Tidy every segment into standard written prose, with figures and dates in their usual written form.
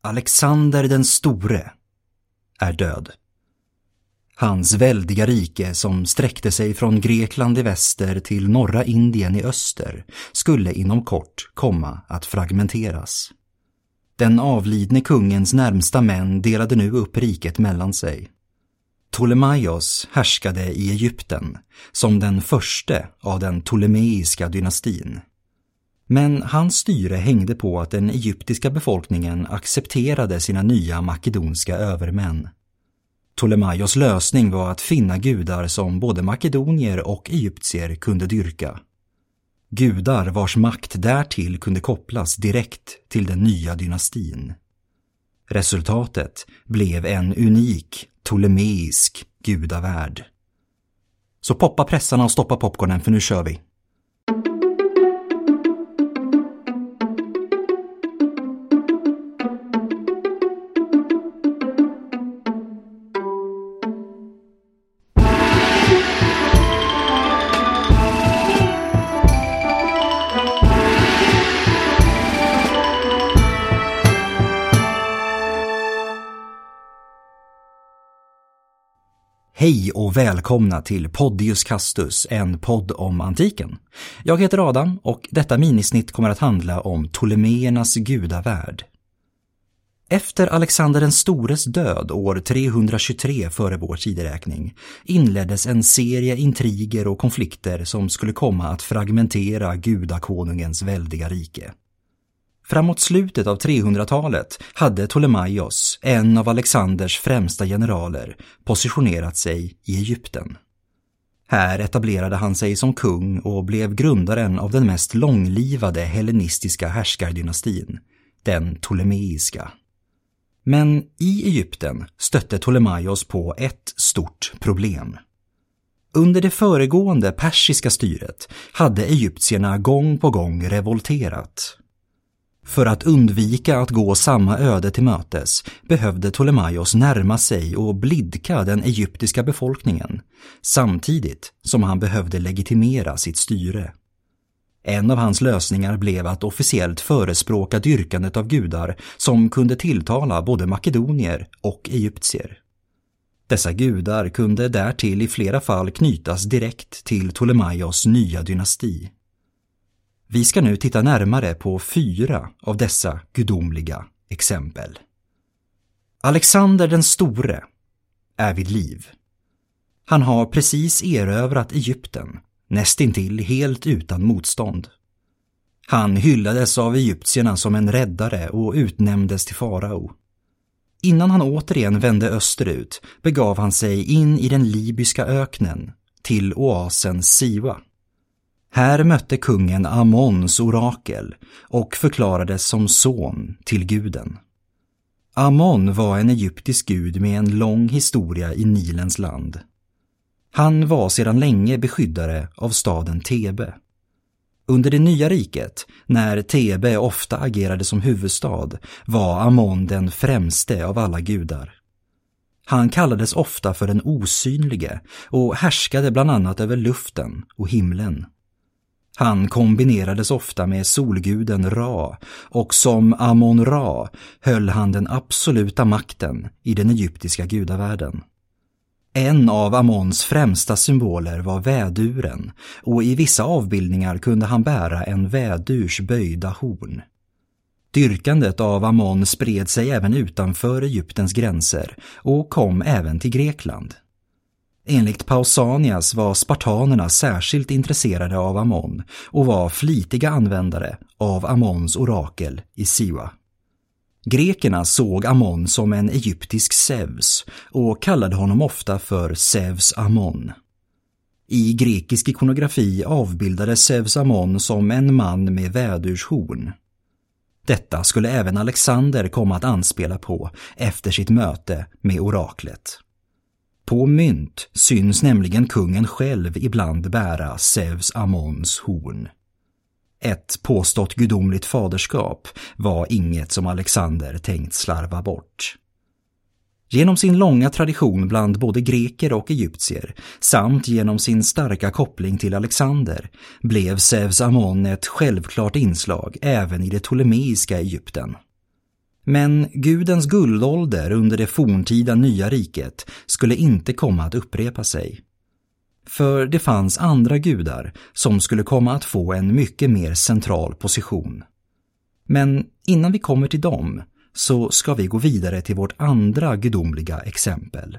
Alexander den store är död. Hans väldiga rike som sträckte sig från Grekland i väster till norra Indien i öster skulle inom kort komma att fragmenteras. Den avlidne kungens närmsta män delade nu upp riket mellan sig. Ptolemaios härskade i Egypten som den förste av den ptolemeiska dynastin. Men hans styre hängde på att den egyptiska befolkningen accepterade sina nya makedonska övermän. Ptolemaios lösning var att finna gudar som både makedonier och egyptier kunde dyrka. Gudar vars makt därtill kunde kopplas direkt till den nya dynastin. Resultatet blev en unik ptolemeisk gudavärld. Så poppa pressarna och stoppa popcornen, för nu kör vi. Hej och välkomna till Podius Castus, en podd om antiken. Jag heter Adam och detta minisnitt kommer att handla om Ptolemeernas gudavärld. Efter Alexander den stores död år 323 före vår tideräkning inleddes en serie intriger och konflikter som skulle komma att fragmentera gudakonungens väldiga rike. Framåt slutet av 300-talet hade Ptolemaios, en av Alexanders främsta generaler, positionerat sig i Egypten. Här etablerade han sig som kung och blev grundaren av den mest långlivade hellenistiska härskardynastin, den ptolemeiska. Men i Egypten stötte Ptolemaios på ett stort problem. Under det föregående persiska styret hade egyptierna gång på gång revolterat. För att undvika att gå samma öde till mötes behövde Ptolemaios närma sig och blidka den egyptiska befolkningen, samtidigt som han behövde legitimera sitt styre. En av hans lösningar blev att officiellt förespråka dyrkandet av gudar som kunde tilltala både makedonier och egyptier. Dessa gudar kunde därtill i flera fall knytas direkt till Ptolemaios nya dynasti. Vi ska nu titta närmare på 4 av dessa gudomliga exempel. Alexander den store är vid liv. Han har precis erövrat Egypten, nästintill helt utan motstånd. Han hyllades av egyptierna som en räddare och utnämndes till farao. Innan han återigen vände österut begav han sig in i den libyska öknen till oasen Siwa. Här mötte kungen Amons orakel och förklarades som son till guden. Amon var en egyptisk gud med en lång historia i Nilens land. Han var sedan länge beskyddare av staden Thebe. Under det nya riket, när Thebe ofta agerade som huvudstad, var Amon den främste av alla gudar. Han kallades ofta för den osynlige och härskade bland annat över luften och himlen. Han kombinerades ofta med solguden Ra och som Amon-Ra höll han den absoluta makten i den egyptiska gudavärlden. En av Amons främsta symboler var väduren och i vissa avbildningar kunde han bära en vädurs böjda horn. Dyrkandet av Amon spred sig även utanför Egyptens gränser och kom även till Grekland. Enligt Pausanias var spartanerna särskilt intresserade av Amon och var flitiga användare av Amons orakel i Siwa. Grekerna såg Amon som en egyptisk Zeus och kallade honom ofta för Zeus Amon. I grekisk ikonografi avbildades Zeus Amon som en man med vädurshorn. Detta skulle även Alexander komma att anspela på efter sitt möte med oraklet. På mynt syns nämligen kungen själv ibland bära Zeus Amons horn. Ett påstått gudomligt faderskap var inget som Alexander tänkt slarva bort. Genom sin långa tradition bland både greker och egyptier samt genom sin starka koppling till Alexander blev Zeus Amon ett självklart inslag även i det ptolemeiska Egypten. Men gudens guldålder under det forntida nya riket skulle inte komma att upprepa sig. För det fanns andra gudar som skulle komma att få en mycket mer central position. Men innan vi kommer till dem så ska vi gå vidare till vårt andra gudomliga exempel.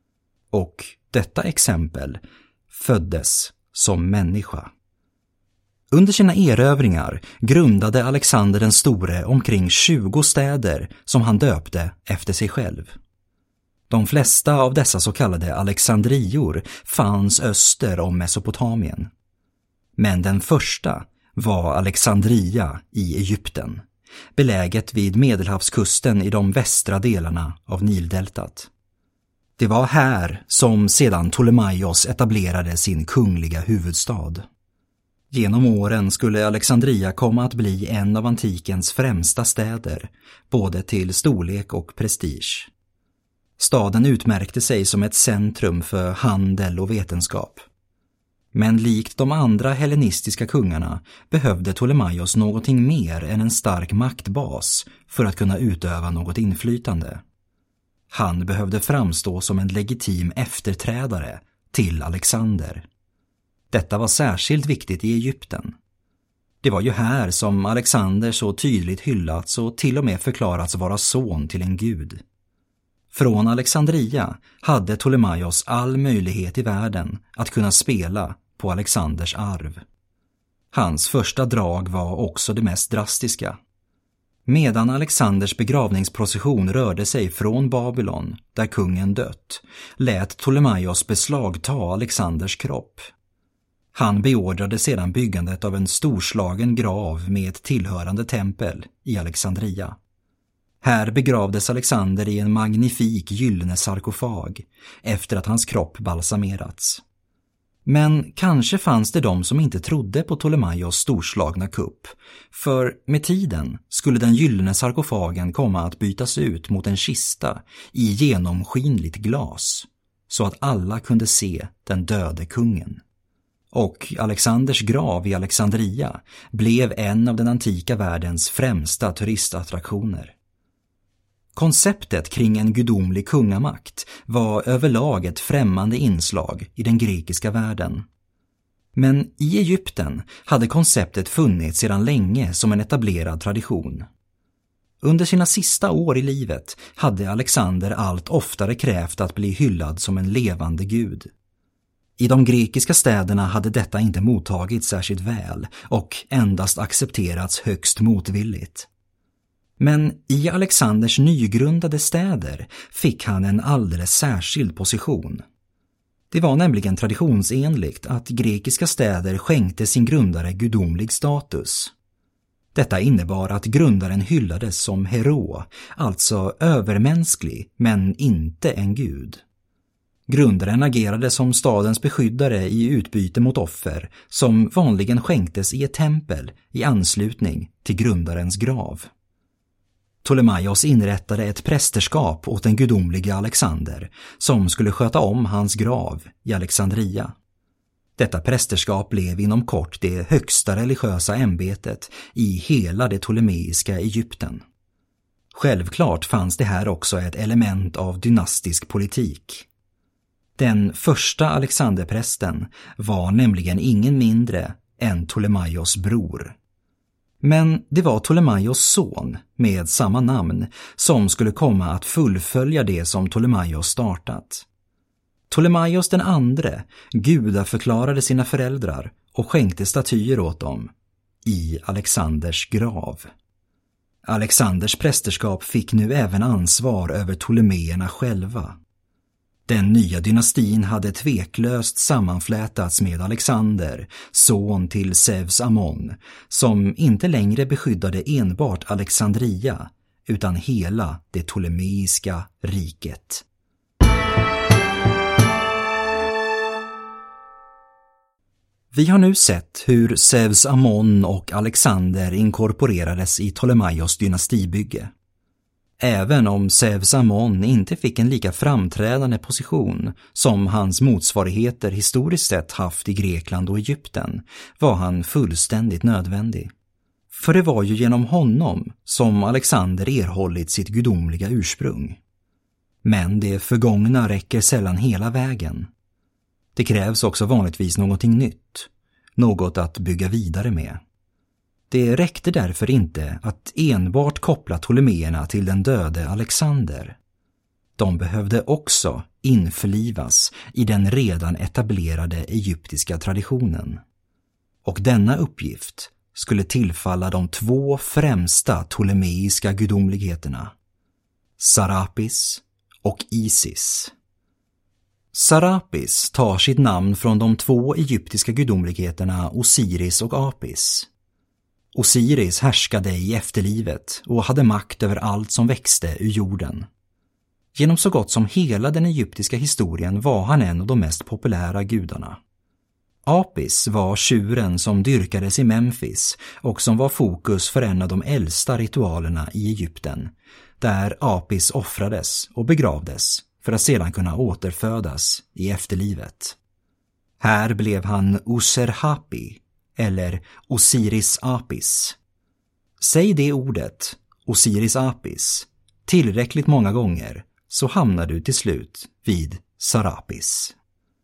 Och detta exempel föddes som människa. Under sina erövringar grundade Alexander den store omkring 20 städer som han döpte efter sig själv. De flesta av dessa så kallade Alexandrior fanns öster om Mesopotamien. Men den första var Alexandria i Egypten, beläget vid Medelhavskusten i de västra delarna av Nildeltat. Det var här som sedan Ptolemaios etablerade sin kungliga huvudstad. Genom åren skulle Alexandria komma att bli en av antikens främsta städer, både till storlek och prestige. Staden utmärkte sig som ett centrum för handel och vetenskap. Men likt de andra hellenistiska kungarna behövde Ptolemaios någonting mer än en stark maktbas för att kunna utöva något inflytande. Han behövde framstå som en legitim efterträdare till Alexander. Detta var särskilt viktigt i Egypten. Det var ju här som Alexander så tydligt hyllats och till och med förklarats vara son till en gud. Från Alexandria hade Ptolemaios all möjlighet i världen att kunna spela på Alexanders arv. Hans första drag var också det mest drastiska. Medan Alexanders begravningsprocession rörde sig från Babylon, där kungen dött, lät Ptolemaios beslagta Alexanders kropp. Han beordrade sedan byggandet av en storslagen grav med ett tillhörande tempel i Alexandria. Här begravdes Alexander i en magnifik gyllene sarkofag efter att hans kropp balsamerats. Men kanske fanns det de som inte trodde på Ptolemaios storslagna kupp, för med tiden skulle den gyllene sarkofagen komma att bytas ut mot en kista i genomskinligt glas, så att alla kunde se den döde kungen. Och Alexanders grav i Alexandria blev en av den antika världens främsta turistattraktioner. Konceptet kring en gudomlig kungamakt var överlag ett främmande inslag i den grekiska världen. Men i Egypten hade konceptet funnits sedan länge som en etablerad tradition. Under sina sista år i livet hade Alexander allt oftare krävt att bli hyllad som en levande gud. I de grekiska städerna hade detta inte mottagits särskilt väl och endast accepterats högst motvilligt. Men i Alexanders nygrundade städer fick han en alldeles särskild position. Det var nämligen traditionsenligt att grekiska städer skänkte sin grundare gudomlig status. Detta innebar att grundaren hyllades som hero, alltså övermänsklig men inte en gud. Grundaren agerade som stadens beskyddare i utbyte mot offer som vanligen skänktes i ett tempel i anslutning till grundarens grav. Ptolemaios inrättade ett prästerskap åt den gudomliga Alexander som skulle sköta om hans grav i Alexandria. Detta prästerskap blev inom kort det högsta religiösa ämbetet i hela det ptolemeiska Egypten. Självklart fanns det här också ett element av dynastisk politik. Den första Alexanderprästen var nämligen ingen mindre än Ptolemaios bror. Men det var Ptolemaios son med samma namn som skulle komma att fullfölja det som Ptolemaios startat. Ptolemaios den andre gudaförklarade sina föräldrar och skänkte statyer åt dem i Alexanders grav. Alexanders prästerskap fick nu även ansvar över Ptolemeerna själva. Den nya dynastin hade tveklöst sammanflätats med Alexander, son till Zeus Amon, som inte längre beskyddade enbart Alexandria utan hela det ptolemeiska riket. Vi har nu sett hur Zeus Amon och Alexander inkorporerades i Ptolemaios dynastibygge. Även om Zeus Amon inte fick en lika framträdande position som hans motsvarigheter historiskt sett haft i Grekland och Egypten var han fullständigt nödvändig. För det var ju genom honom som Alexander erhållit sitt gudomliga ursprung. Men det förgångna räcker sällan hela vägen. Det krävs också vanligtvis någonting nytt, något att bygga vidare med. Det räckte därför inte att enbart koppla Ptolemeerna till den döde Alexander. De behövde också införlivas i den redan etablerade egyptiska traditionen. Och denna uppgift skulle tillfalla de två främsta ptolemeiska gudomligheterna, Sarapis och Isis. Sarapis tar sitt namn från de två egyptiska gudomligheterna Osiris och Apis. Osiris härskade i efterlivet och hade makt över allt som växte ur jorden. Genom så gott som hela den egyptiska historien var han en av de mest populära gudarna. Apis var tjuren som dyrkades i Memphis och som var fokus för en av de äldsta ritualerna i Egypten, där Apis offrades och begravdes för att sedan kunna återfödas i efterlivet. Här blev han Userhapi eller Osiris Apis. Säg det ordet, Osiris Apis, tillräckligt många gånger så hamnar du till slut vid Sarapis.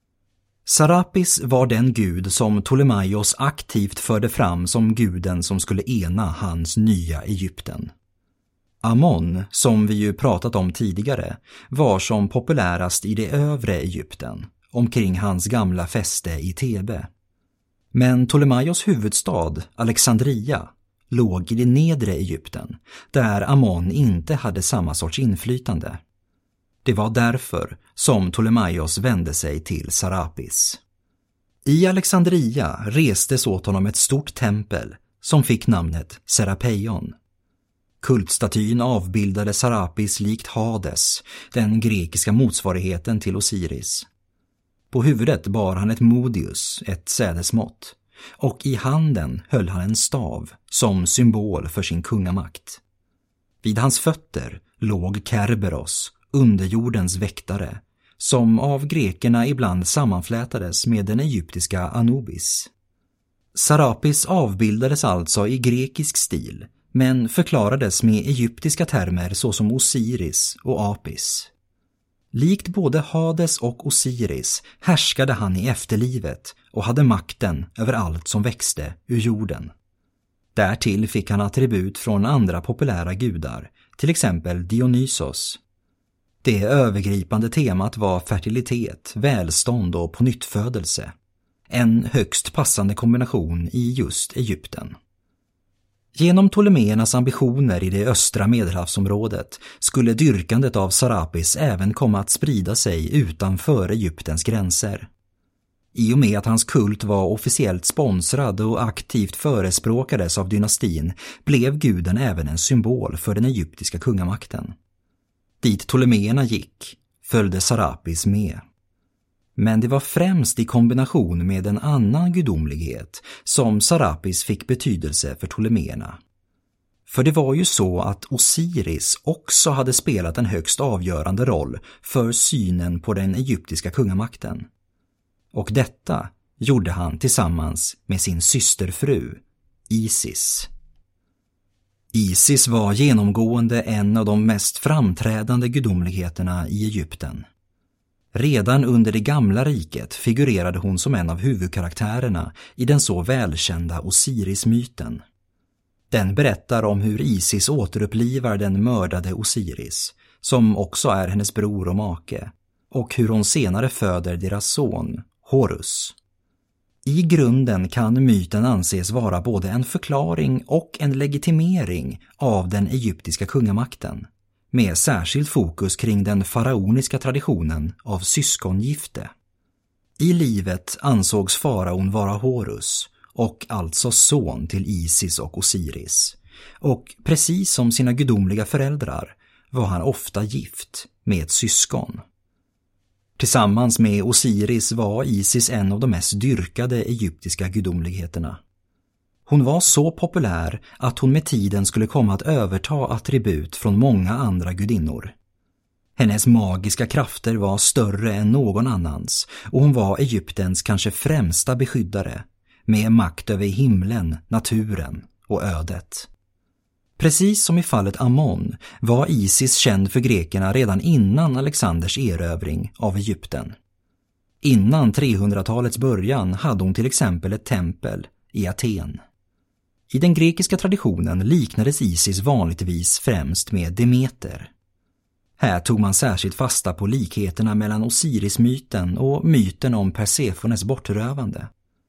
Sarapis var den gud som Ptolemaios aktivt förde fram som guden som skulle ena hans nya Egypten. Amon, som vi ju pratat om tidigare, var som populärast i det övre Egypten, omkring hans gamla fäste i Thebe. Men Ptolemaios huvudstad, Alexandria, låg i det nedre Egypten, där Amon inte hade samma sorts inflytande. Det var därför som Ptolemaios vände sig till Sarapis. I Alexandria restes åt honom ett stort tempel som fick namnet Serapeion. Kultstatyn avbildade Sarapis likt Hades, den grekiska motsvarigheten till Osiris. På huvudet bar han ett modius, ett sädesmått, och i handen höll han en stav som symbol för sin kungamakt. Vid hans fötter låg Kerberos, underjordens väktare, som av grekerna ibland sammanflätades med den egyptiska Anubis. Sarapis avbildades alltså i grekisk stil, men förklarades med egyptiska termer såsom Osiris och Apis. Likt både Hades och Osiris härskade han i efterlivet och hade makten över allt som växte ur jorden. Därtill fick han attribut från andra populära gudar, till exempel Dionysos. Det övergripande temat var fertilitet, välstånd och pånyttfödelse. En högst passande kombination i just Egypten. Genom Ptolemeernas ambitioner i det östra Medelhavsområdet skulle dyrkandet av Sarapis även komma att sprida sig utanför Egyptens gränser. I och med att hans kult var officiellt sponsrad och aktivt förespråkades av dynastin blev guden även en symbol för den egyptiska kungamakten. Dit Ptolemeerna gick följde Sarapis med. Men det var främst i kombination med en annan gudomlighet som Sarapis fick betydelse för Ptolemeerna. För det var ju så att Osiris också hade spelat en högst avgörande roll för synen på den egyptiska kungamakten. Och detta gjorde han tillsammans med sin systerfru, Isis. Isis var genomgående en av de mest framträdande gudomligheterna i Egypten. Redan under det gamla riket figurerade hon som en av huvudkaraktärerna i den så välkända Osiris-myten. Den berättar om hur Isis återupplivar den mördade Osiris, som också är hennes bror och make, och hur hon senare föder deras son, Horus. I grunden kan myten anses vara både en förklaring och en legitimering av den egyptiska kungamakten, med särskilt fokus kring den faraoniska traditionen av syskongifte. I livet ansågs faraon vara Horus, och alltså son till Isis och Osiris, och precis som sina gudomliga föräldrar var han ofta gift med ett syskon. Tillsammans med Osiris var Isis en av de mest dyrkade egyptiska gudomligheterna. Hon var så populär att hon med tiden skulle komma att överta attribut från många andra gudinnor. Hennes magiska krafter var större än någon annans och hon var Egyptens kanske främsta beskyddare, med makt över himlen, naturen och ödet. Precis som i fallet Amon var Isis känd för grekerna redan innan Alexanders erövring av Egypten. Innan 300-talets början hade hon till exempel ett tempel i Aten. I den grekiska traditionen liknades Isis vanligtvis främst med Demeter. Här tog man särskilt fasta på likheterna mellan Osiris-myten och myten om Persefones bortrövande.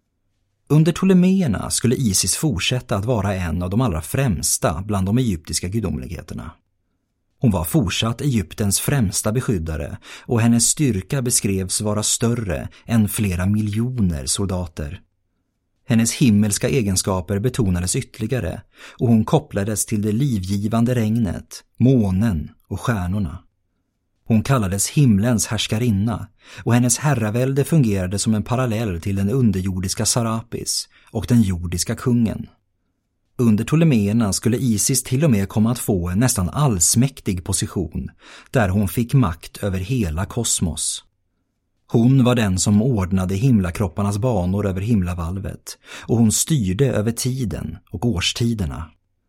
Under Ptolemeerna skulle Isis fortsätta att vara en av de allra främsta bland de egyptiska gudomligheterna. Hon var fortsatt Egyptens främsta beskyddare och hennes styrka beskrevs vara större än flera miljoner soldater. Hennes himmelska egenskaper betonades ytterligare och hon kopplades till det livgivande regnet, månen och stjärnorna. Hon kallades himlens härskarinna och hennes herravälde fungerade som en parallell till den underjordiska Sarapis och den jordiska kungen. Under Ptolemeerna skulle Isis till och med komma att få en nästan allsmäktig position där hon fick makt över hela kosmos. Hon var den som ordnade himlakropparnas banor över himlavalvet och hon styrde över tiden och årstiderna.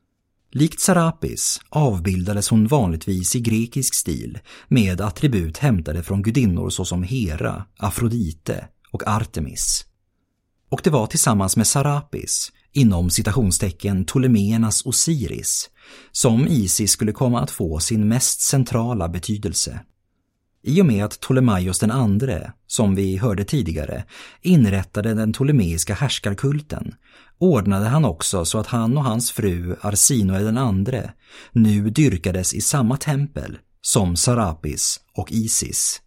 Likt Sarapis avbildades hon vanligtvis i grekisk stil med attribut hämtade från gudinnor såsom Hera, Afrodite och Artemis. Och det var tillsammans med Sarapis, inom citationstecken Ptolemeernas Osiris, som Isis skulle komma att få sin mest centrala betydelse. I och med att Ptolemaios den andre, som vi hörde tidigare, inrättade den ptolemeiska härskarkulten, ordnade han också så att han och hans fru Arsinoe den andre nu dyrkades i samma tempel som Sarapis och Isis.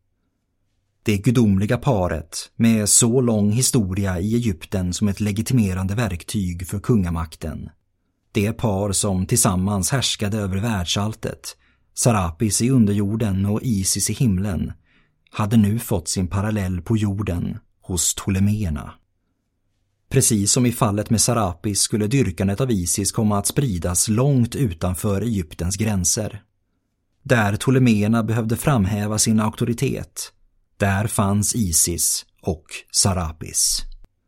Det gudomliga paret, med så lång historia i Egypten som ett legitimerande verktyg för kungamakten. Det par som tillsammans härskade över världsalltet, Sarapis i underjorden och Isis i himlen, hade nu fått sin parallell på jorden hos Ptolemeerna. Precis som i fallet med Sarapis skulle dyrkandet av Isis komma att spridas långt utanför Egyptens gränser. Där Ptolemeerna behövde framhäva sin auktoritet, där fanns Isis och Sarapis.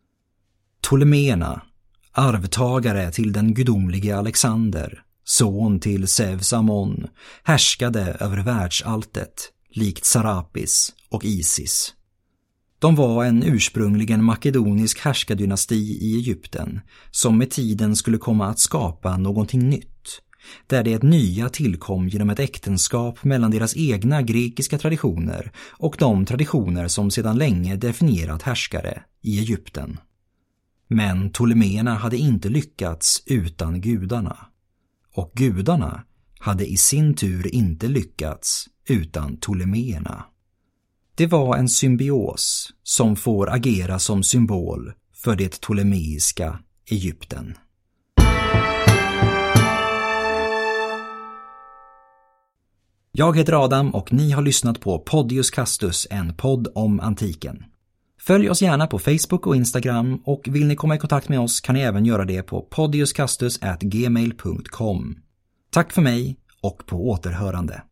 Ptolemeerna, arvtagare till den gudomlige Alexander, son till Zeus Amon, härskade över världsalltet likt Sarapis och Isis. De var en ursprungligen makedonisk härskardynasti i Egypten som med tiden skulle komma att skapa någonting nytt, där det nya tillkom genom ett äktenskap mellan deras egna grekiska traditioner och de traditioner som sedan länge definierat härskare i Egypten. Men Ptolemeerna hade inte lyckats utan gudarna. Och gudarna hade i sin tur inte lyckats utan Ptolemeerna. Det var en symbios som får agera som symbol för det ptolemeiska Egypten. Jag heter Adam och ni har lyssnat på Podius Castus, en podd om antiken. Följ oss gärna på Facebook och Instagram och vill ni komma i kontakt med oss kan ni även göra det på podiuscastus@gmail.com. Tack för mig och på återhörande.